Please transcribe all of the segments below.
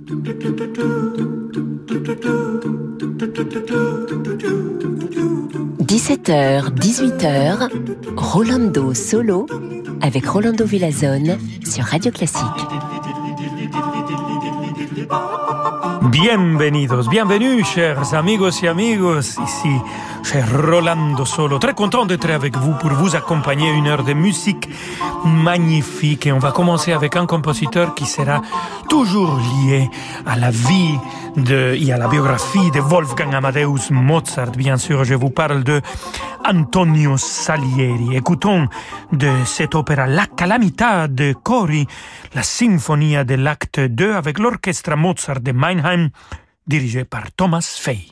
17h, 18h, Rolando Solo avec Rolando Villazone sur Radio Classique. Bienvenue, chers amigos y amigos, ici, cher Rolando Solo. Très content d'être avec vous pour vous accompagner une heure de musique magnifique. Et on va commencer avec un compositeur qui sera toujours lié à la vie et à la biographie de Wolfgang Amadeus Mozart. Bien sûr, je vous parle de Antonio Salieri. Écoutons de cette opéra La Calamità de Cori, la symphonie de l'acte 2 avec l'orchestre Mozart de Mannheim, dirigé par Thomas Fay.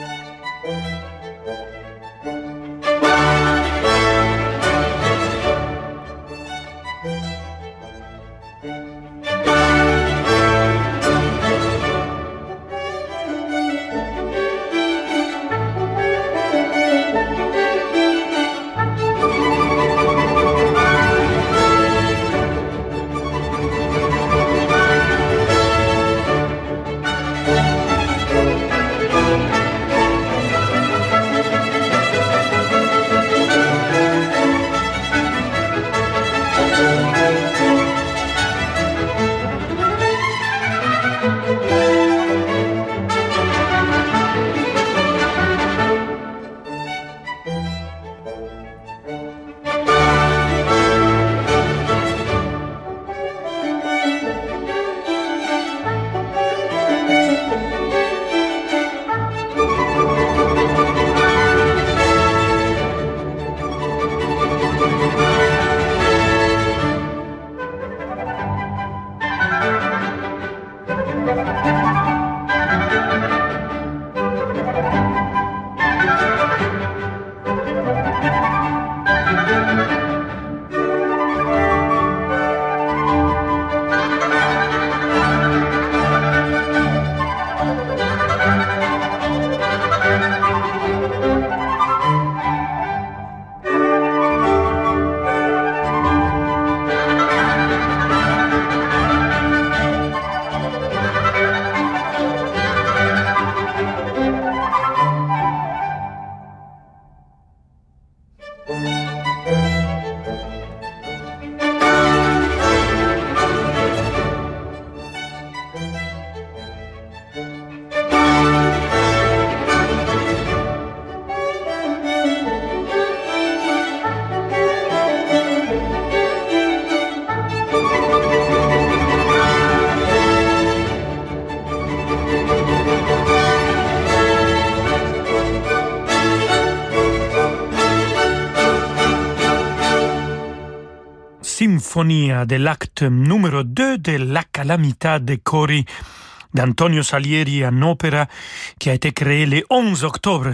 Symphonie de l'acte numéro 2 de La Calamità de Cori d'Antonio Salieri, un opéra qui a été créé le 11 octobre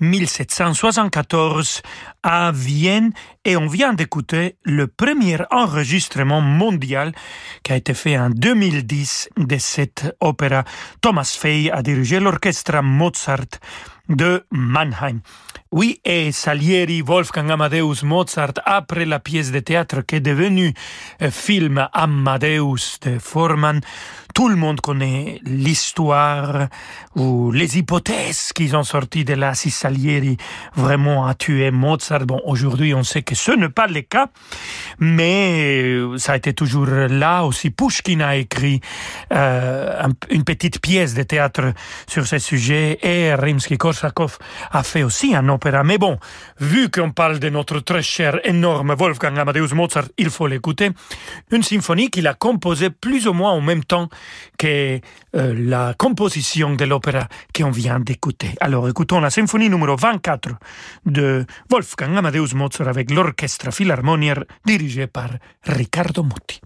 1774 à Vienne, et on vient d'écouter le premier enregistrement mondial qui a été fait en 2010 de cet opéra. Thomas Fay a dirigé l'orchestre Mozart de Mannheim. Oui, et Salieri, Wolfgang Amadeus Mozart, après la pièce de théâtre qui est devenue film Amadeus de Forman, tout le monde connaît l'histoire ou les hypothèses qui ont sorti de là si Salieri vraiment a tué Mozart. Bon, aujourd'hui, on sait que ce n'est pas le cas, mais ça a été toujours là. Aussi, Pushkin a écrit une petite pièce de théâtre sur ce sujet, et Rimsky-Korsakov a fait aussi un opéra. Mais bon, vu qu'on parle de notre très cher, énorme Wolfgang Amadeus Mozart, il faut l'écouter. Une symphonie qu'il a composée plus ou moins en même temps que la composition de l'opéra qu'on vient d'écouter. Alors, écoutons la symphonie numéro 24 de Wolfgang Amadeus Mozart avec l'orchestre philharmonique dirigé par Riccardo Muti.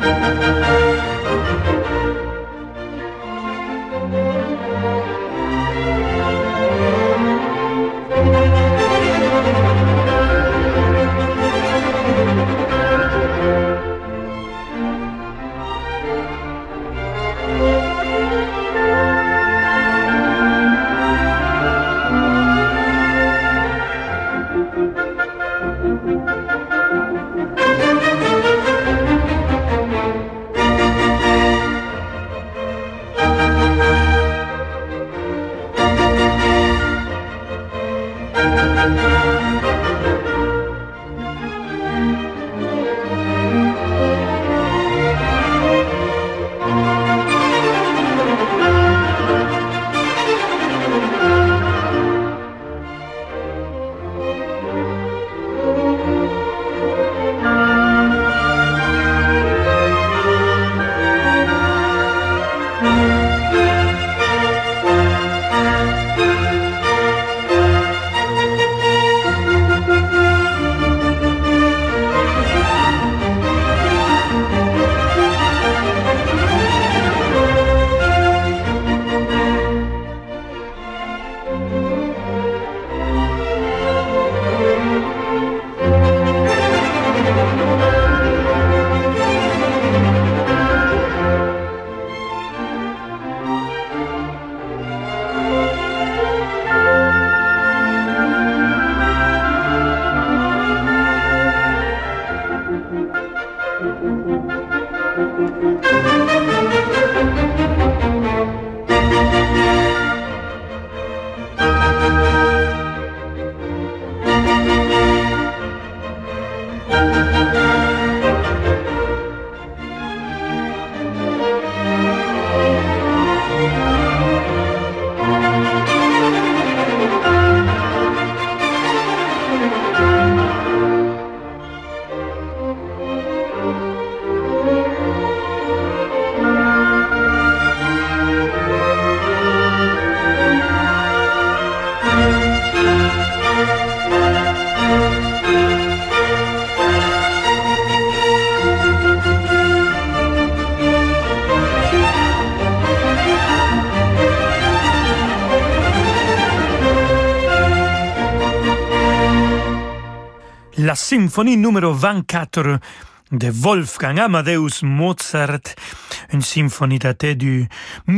La symphonie numéro 24 de Wolfgang Amadeus Mozart, une symphonie datée du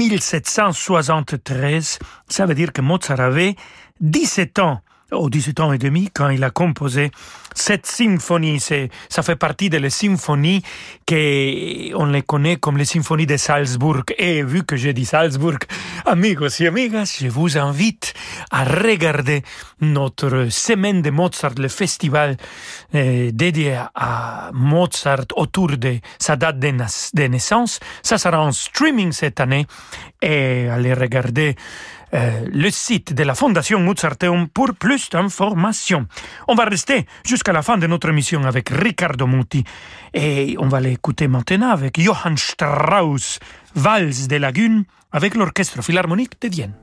1773. Ça veut dire que Mozart avait 17 ans. 17 ans et demi quand il a composé cette symphonie. Ça fait partie des symphonies qu'on les connaît comme les symphonies de Salzbourg. Et vu que j'ai dit Salzbourg, amigos et amigas, je vous invite à regarder notre semaine de Mozart, le festival dédié à Mozart autour de sa date de naissance. Ça sera en streaming cette année et allez regarder le site de la Fondation Mozarteum pour plus d'informations. On va rester jusqu'à la fin de notre émission avec Riccardo Muti et on va l'écouter maintenant avec Johann Strauss, Valse des Lagunes avec l'Orchestre Philharmonique de Vienne.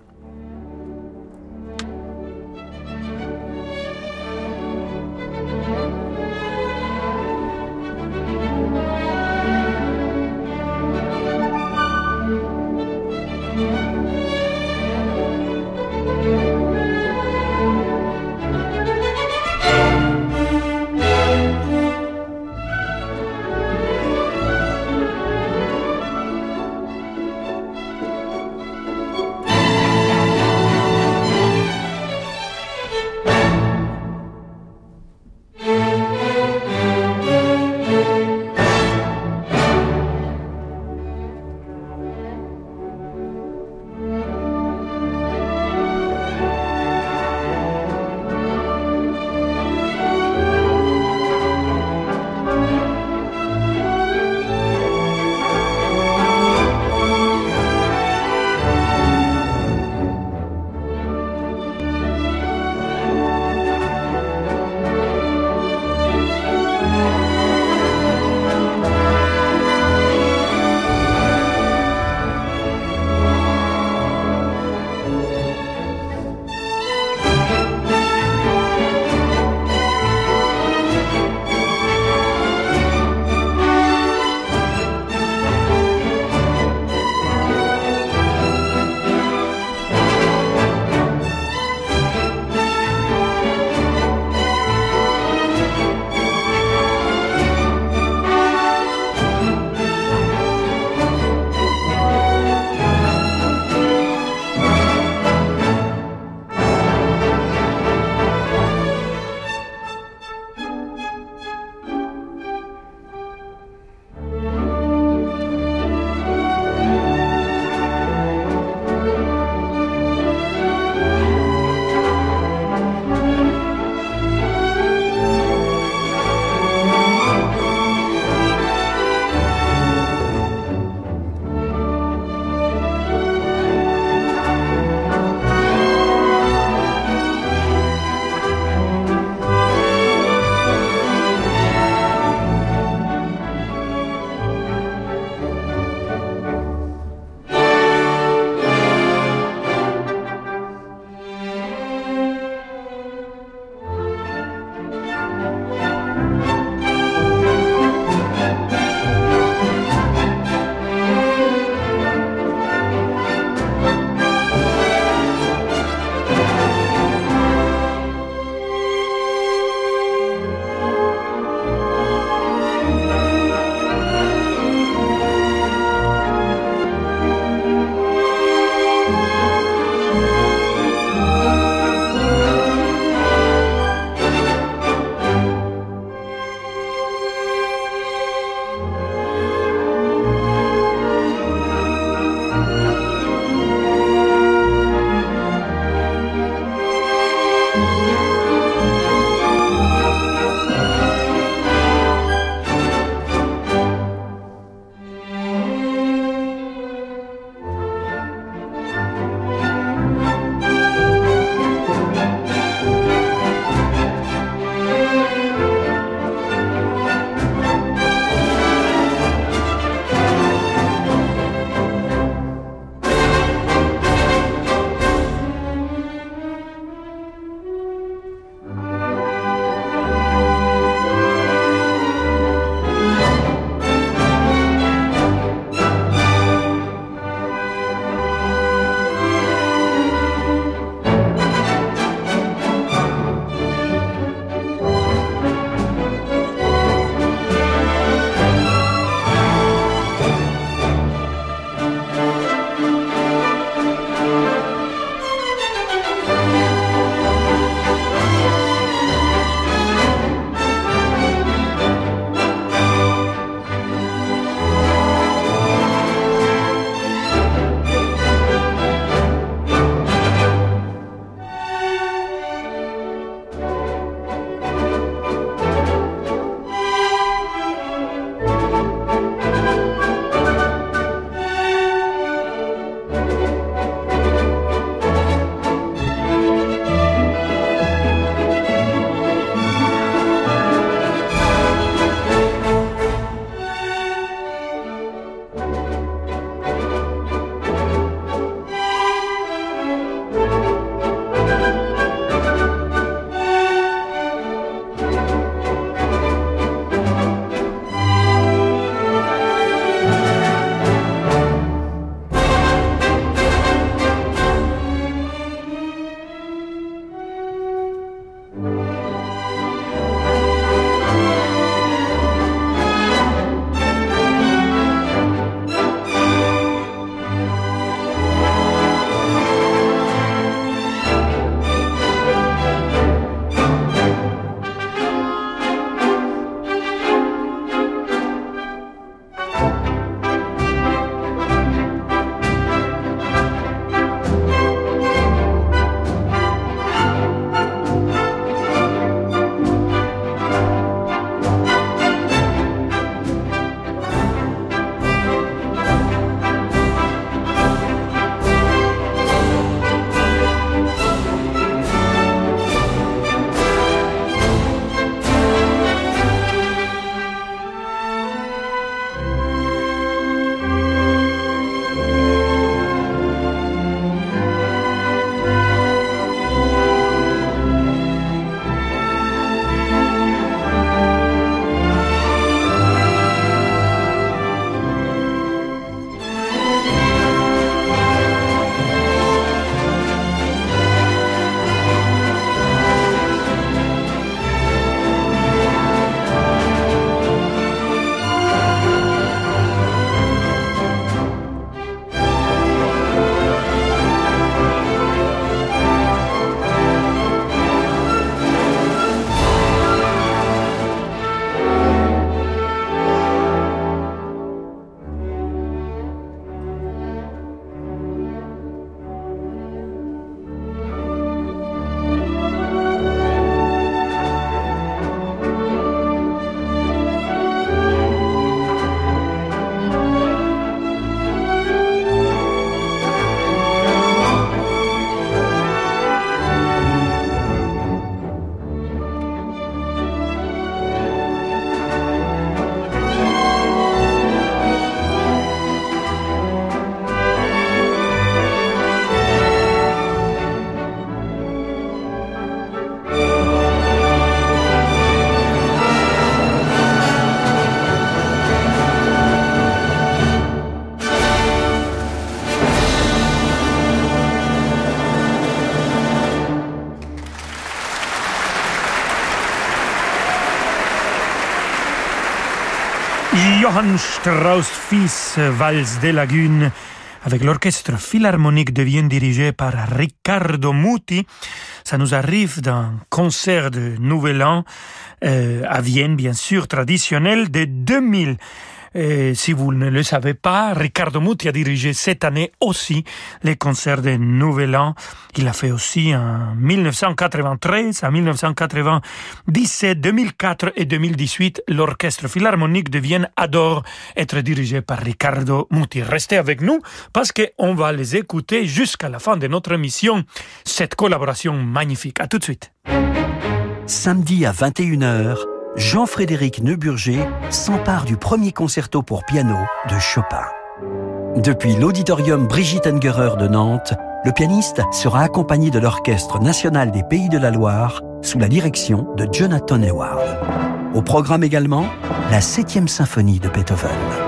Johann Strauss fils, Valse des Lagunes, avec l'orchestre philharmonique de Vienne dirigé par Riccardo Muti. Ça nous arrive d'un concert de Nouvel An à Vienne, bien sûr, traditionnel de 2000. Et si vous ne le savez pas, Riccardo Muti a dirigé cette année aussi les concerts de Nouvel An. Il a fait aussi en 1993, en 1997, 2004 et 2018. L'orchestre philharmonique de Vienne adore être dirigé par Riccardo Muti. Restez avec nous parce qu'on va les écouter jusqu'à la fin de notre émission. Cette collaboration magnifique. À tout de suite. Samedi à 21h, Jean-Frédéric Neuburger s'empare du premier concerto pour piano de Chopin. Depuis l'auditorium Brigitte Ungerer de Nantes, le pianiste sera accompagné de l'Orchestre national des Pays de la Loire sous la direction de Jonathan Eward. Au programme également, la 7e symphonie de Beethoven.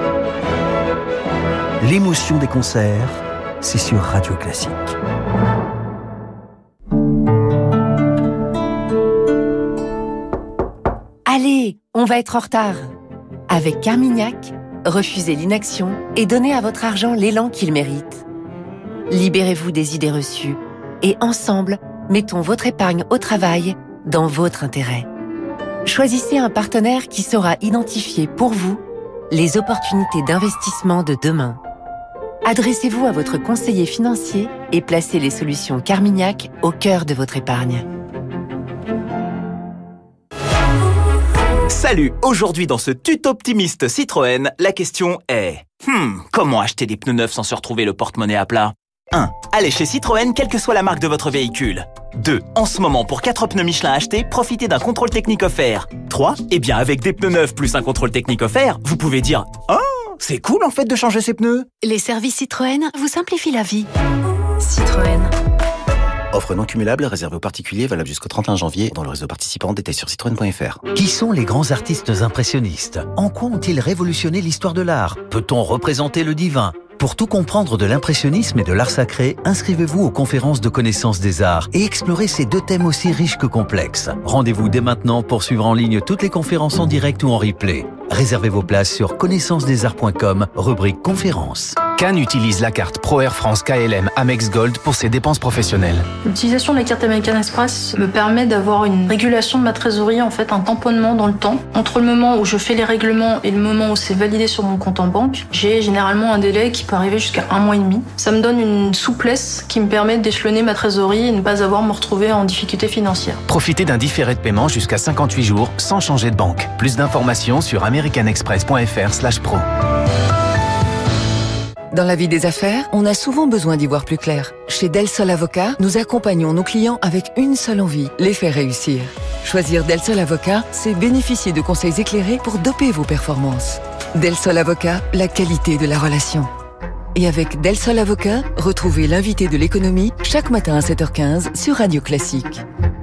L'émotion des concerts, c'est sur Radio Classique. Allez, on va être en retard. Avec Carmignac, refusez l'inaction et donnez à votre argent l'élan qu'il mérite. Libérez-vous des idées reçues et ensemble, mettons votre épargne au travail dans votre intérêt. Choisissez un partenaire qui saura identifier pour vous les opportunités d'investissement de demain. Adressez-vous à votre conseiller financier et placez les solutions Carmignac au cœur de votre épargne. Salut, aujourd'hui dans ce tuto optimiste Citroën, la question est comment acheter des pneus neufs sans se retrouver le porte-monnaie à plat? 1. Allez chez Citroën, quelle que soit la marque de votre véhicule. 2. En ce moment, pour 4 pneus Michelin achetés, profitez d'un contrôle technique offert. 3. Eh bien, avec des pneus neufs plus un contrôle technique offert, vous pouvez dire « Oh, c'est cool en fait de changer ces pneus !» Les services Citroën vous simplifient la vie. Citroën. Offre non cumulable réservée aux particuliers, valable jusqu'au 31 janvier dans le réseau participant. Détails sur citroën.fr. Qui sont les grands artistes impressionnistes? En quoi ont-ils révolutionné l'histoire de l'art? Peut-on représenter le divin? Pour tout comprendre de l'impressionnisme et de l'art sacré, inscrivez-vous aux conférences de connaissance des arts et explorez ces deux thèmes aussi riches que complexes. Rendez-vous dès maintenant pour suivre en ligne toutes les conférences en direct ou en replay. Réservez vos places sur connaissancesdesarts.com, rubrique conférences. Cannes utilise la carte Pro Air France KLM Amex Gold pour ses dépenses professionnelles. L'utilisation de la carte American Express me permet d'avoir une régulation de ma trésorerie, en fait un tamponnement dans le temps. Entre le moment où je fais les règlements et le moment où c'est validé sur mon compte en banque, j'ai généralement un délai qui peut arriver jusqu'à 1 mois et demi. Ça me donne une souplesse qui me permet d'échelonner ma trésorerie et ne pas avoir à me retrouver en difficulté financière. Profitez d'un différé de paiement jusqu'à 58 jours sans changer de banque. Plus d'informations sur americanexpress.fr/pro. Dans la vie des affaires, on a souvent besoin d'y voir plus clair. Chez Del Sol Avocat, nous accompagnons nos clients avec une seule envie, les faire réussir. Choisir Del Sol Avocat, c'est bénéficier de conseils éclairés pour doper vos performances. Del Sol Avocat, la qualité de la relation. Et avec Del Sol Avocat, retrouvez l'invité de l'économie chaque matin à 7h15 sur Radio Classique.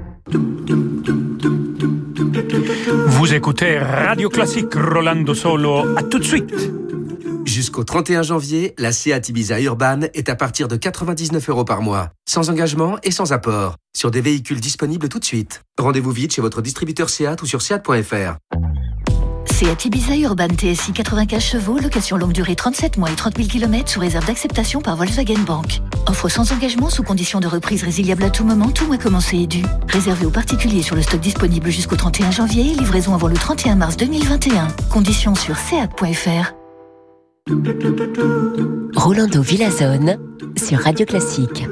Vous écoutez Radio Classique, Rolando Solo. À tout de suite. Jusqu'au 31 janvier, la Seat Ibiza Urban est à partir de 99 € par mois, sans engagement et sans apport, sur des véhicules disponibles tout de suite. Rendez-vous vite chez votre distributeur Seat ou sur seat.fr. Seat Ibiza Urban TSI 95 chevaux, location longue durée 37 mois et 30 000 km sous réserve d'acceptation par Volkswagen Bank. Offre sans engagement sous condition de reprise résiliable à tout moment, tout mois commencé et dû. Réservé aux particuliers sur le stock disponible jusqu'au 31 janvier, livraison avant le 31 mars 2021. Conditions sur seat.fr. Rolando Villazone sur Radio Classique.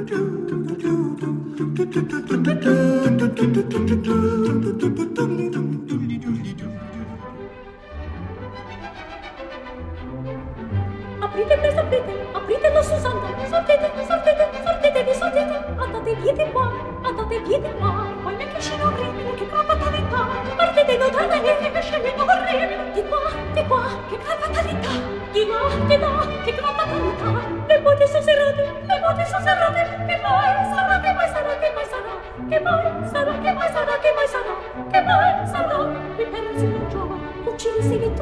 Aprite presto, aprite lo Susanna. Sortite, andate via qua, poi mi cascino orribile, che gran fatalità. Partite non tardare, che scendino orribile. Di qua, che gran fatalità. Di là, che gran fatalità. Le botte sono serrate, che mai sarà, che mai sarà. Mi persi non giova, uccidesi mi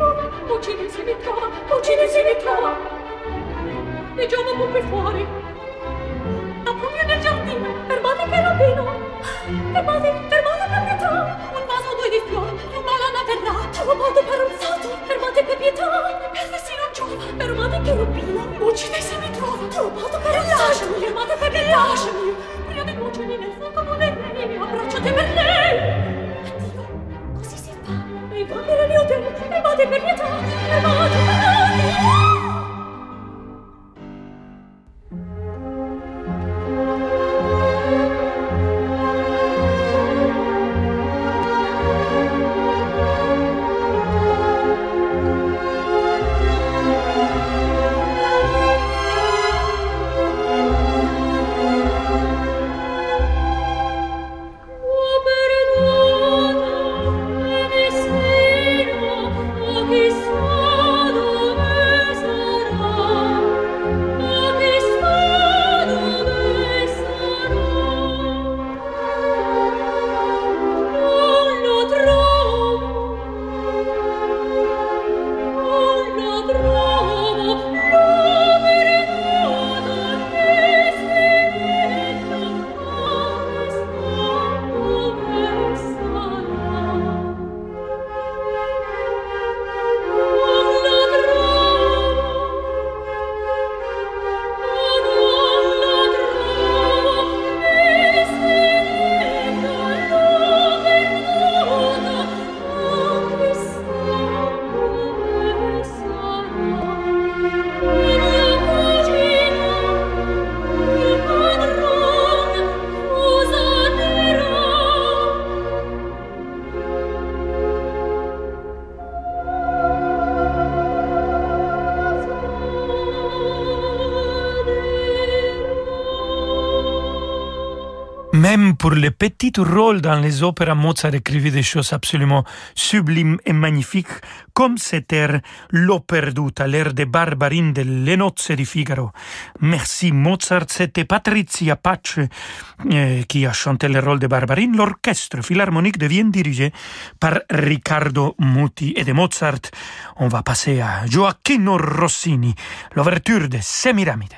trova. Mi giova buchi fuori. Da proprio nel giardino, fermate che rapino. Fermate per pietà. Un vaso, due di fiori, un malana verrà. Trovo modo parrozzato, fermate per pietà. Mi persi non giova, fermate che rapino. Uccidesi mi trova. Trovo modo parrozzato, fermate per pietà. Prima di cuocere nel fuoco vorrei, abbracciate per lei. Addio, così si fa. E va per il mio tempo, fermate per pietà. Même pour les petits rôles dans les opéras, Mozart écrivait des choses absolument sublimes et magnifiques, comme cet air L'Ho perduta, l'air de Barbarin de Le nozze di Figaro. Merci Mozart, c'était Patrizia Pace qui a chanté le rôle de Barbarin. L'orchestre philharmonique devient dirigé par Riccardo Muti. Et de Mozart, on va passer à Gioacchino Rossini, l'ouverture de Semiramide.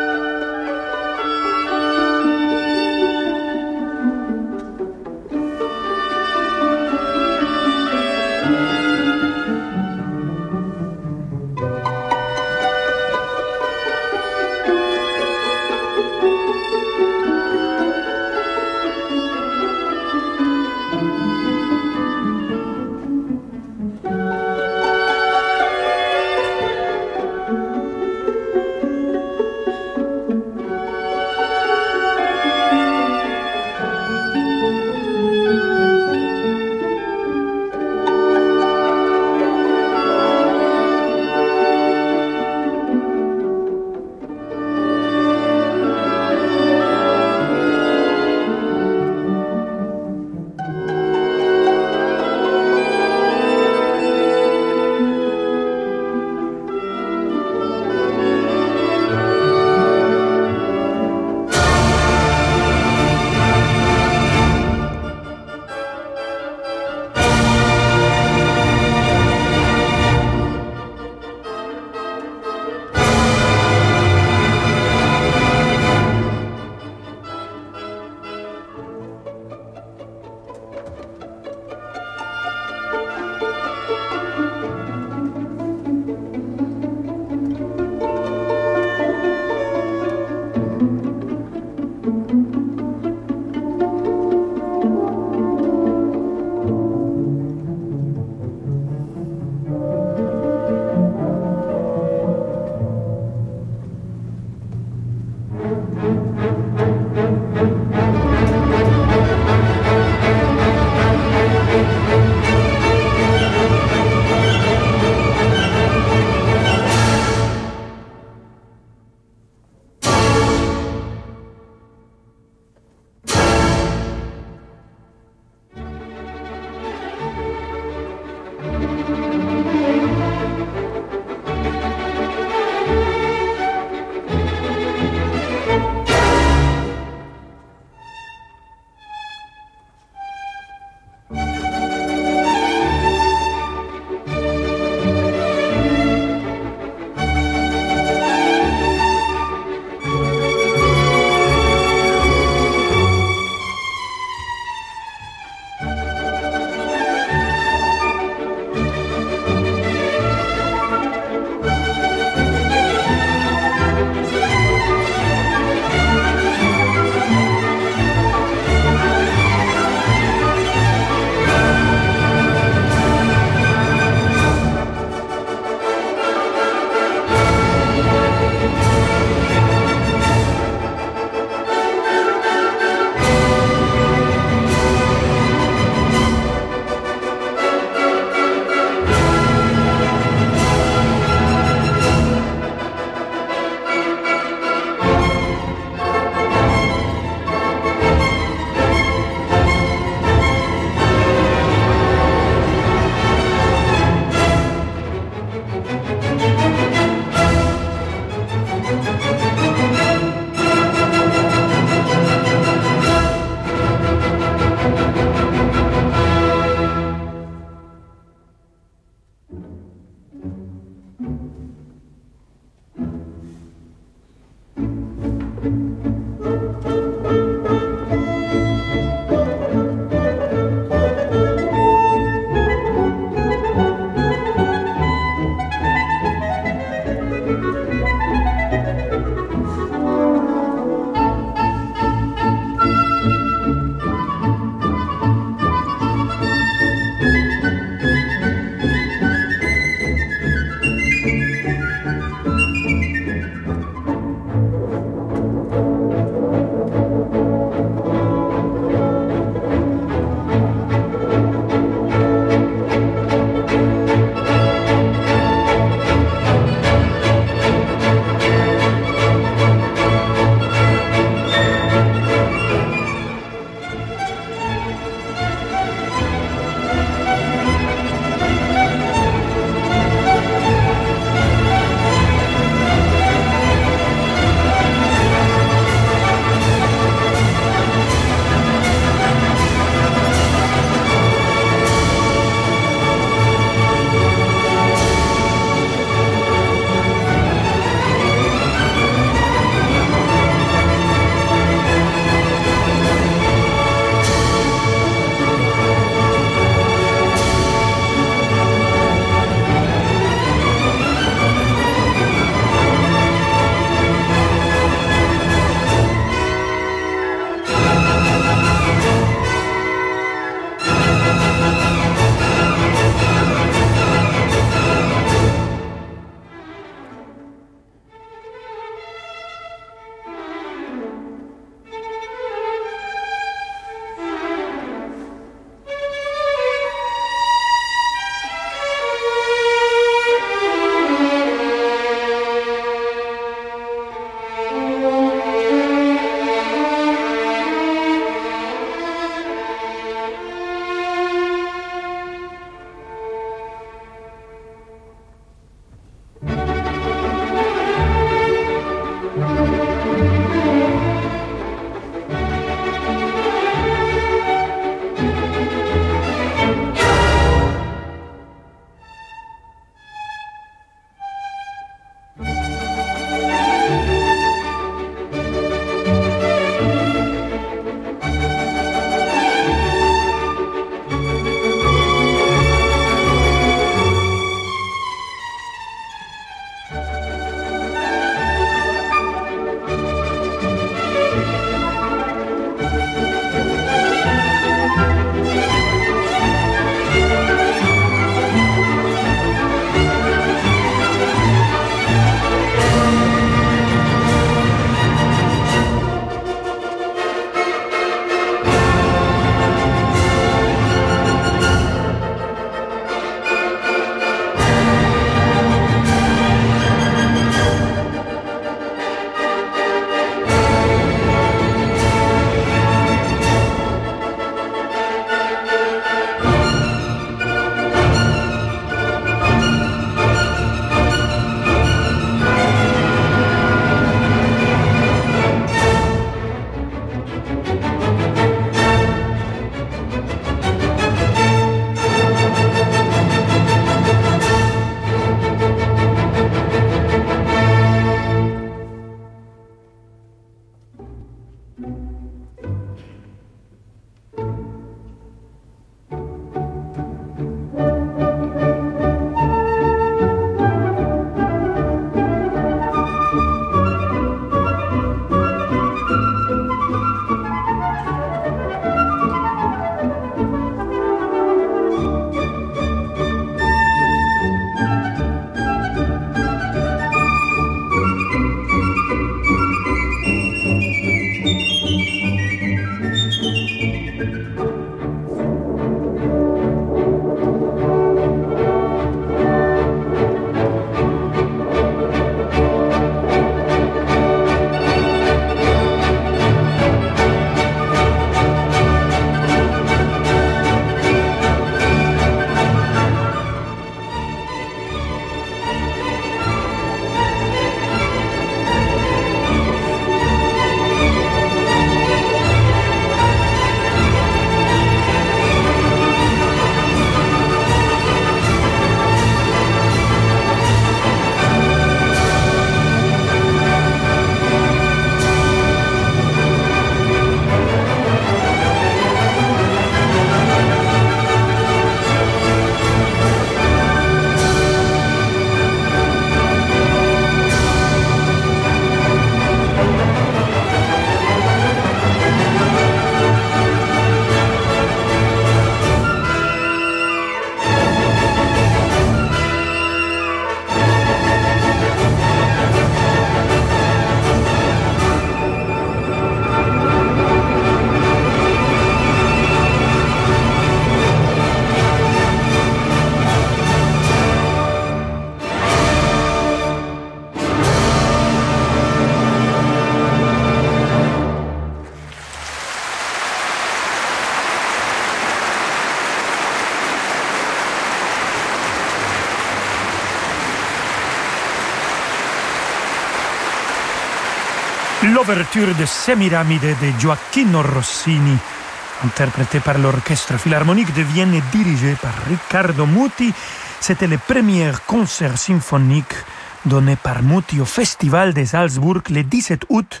L'ouverture de Semiramide de Gioacchino Rossini, interprétée par l'Orchestre Philharmonique de Vienne et dirigé par Riccardo Muti, c'était le premier concert symphonique donné par Muti au Festival de Salzbourg le 17 août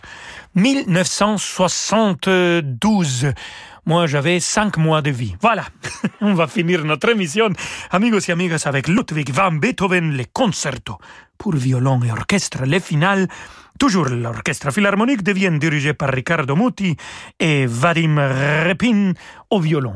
1972. Moi, j'avais 5 mois de vie. Voilà, on va finir notre émission, amigos et amigas, avec Ludwig van Beethoven, le concerto pour violon et orchestre, le final. Toujours l'Orchestre Philharmonique de Vienne dirigé par Riccardo Muti et Vadim Repin au violon.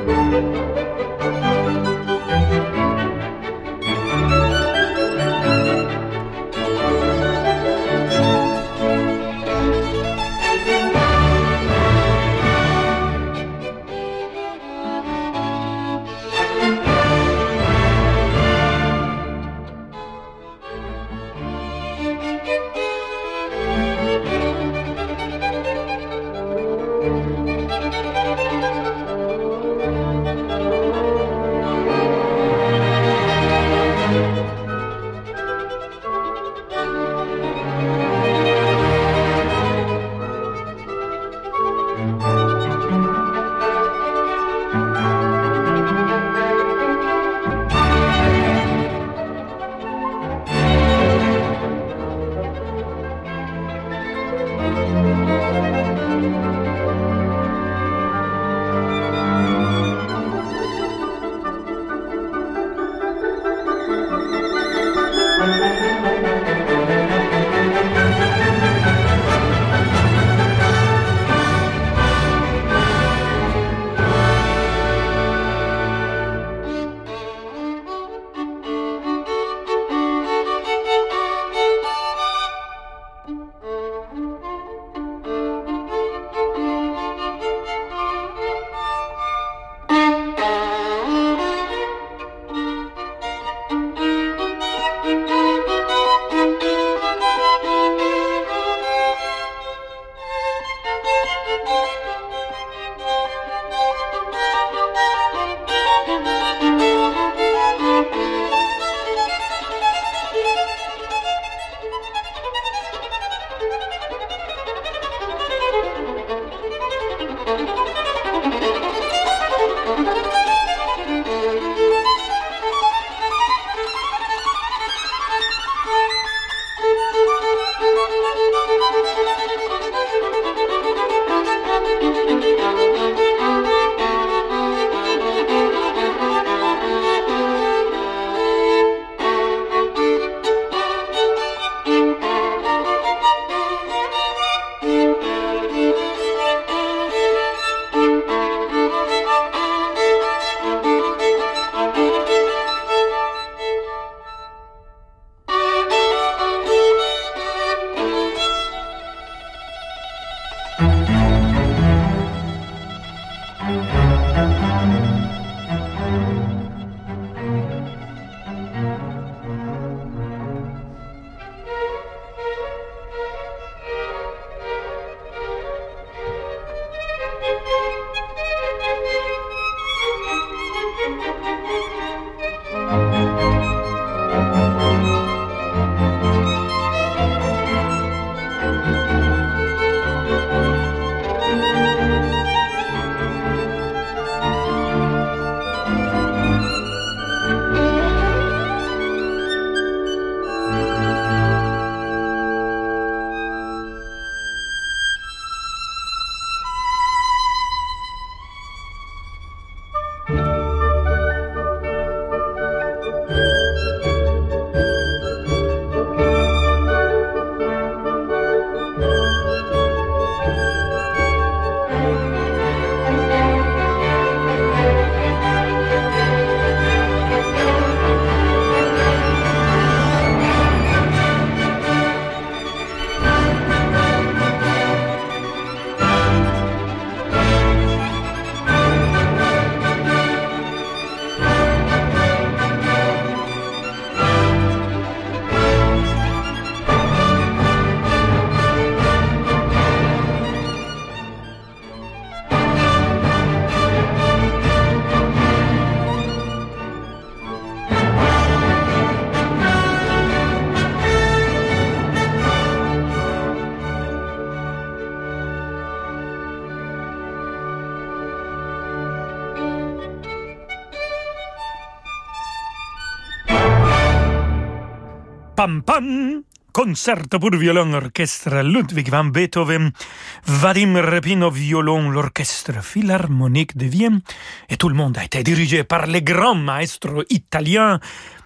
Pam pam, concerto pour violon orchestre Ludwig van Beethoven, Vadim Repin au violon, l'orchestre philharmonique de Vienne, et tout le monde a été dirigé par les grands maestros italiens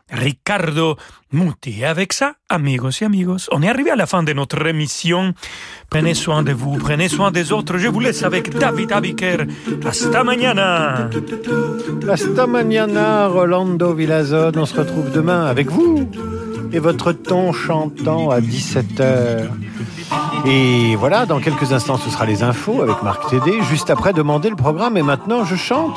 Riccardo Muti. Et avec ça, amigos et amigos, on est arrivé à la fin de notre émission. Prenez soin de vous, prenez soin des autres. Je vous laisse avec David Abiker. Hasta mañana. Hasta mañana, Rolando Villazón. On se retrouve demain avec vous et votre ton chantant à 17h. Et voilà, dans quelques instants, ce sera les infos avec Marc Tédé. Juste après, demandez le programme. Et maintenant, je chante.